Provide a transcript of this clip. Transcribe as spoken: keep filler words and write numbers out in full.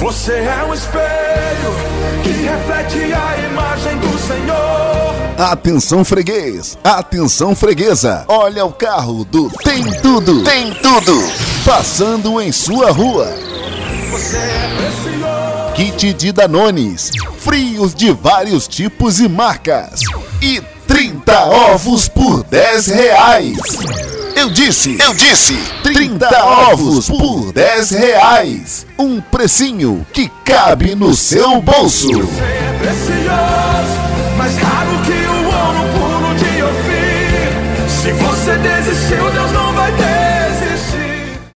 Você é um espelho que reflete a imagem do Senhor. Atenção freguês, atenção freguesa, olha o carro do Tem Tudo, Tem Tudo, passando em sua rua. Você é precioso. Kit de Danones, frios de vários tipos e marcas e trinta ovos por dez reais. Eu disse, eu disse, trinta ovos por dez reais. Um precinho que cabe no seu bolso. Você é precioso, mais raro que o ouro puro de Ofir. Se você desistiu, Deus não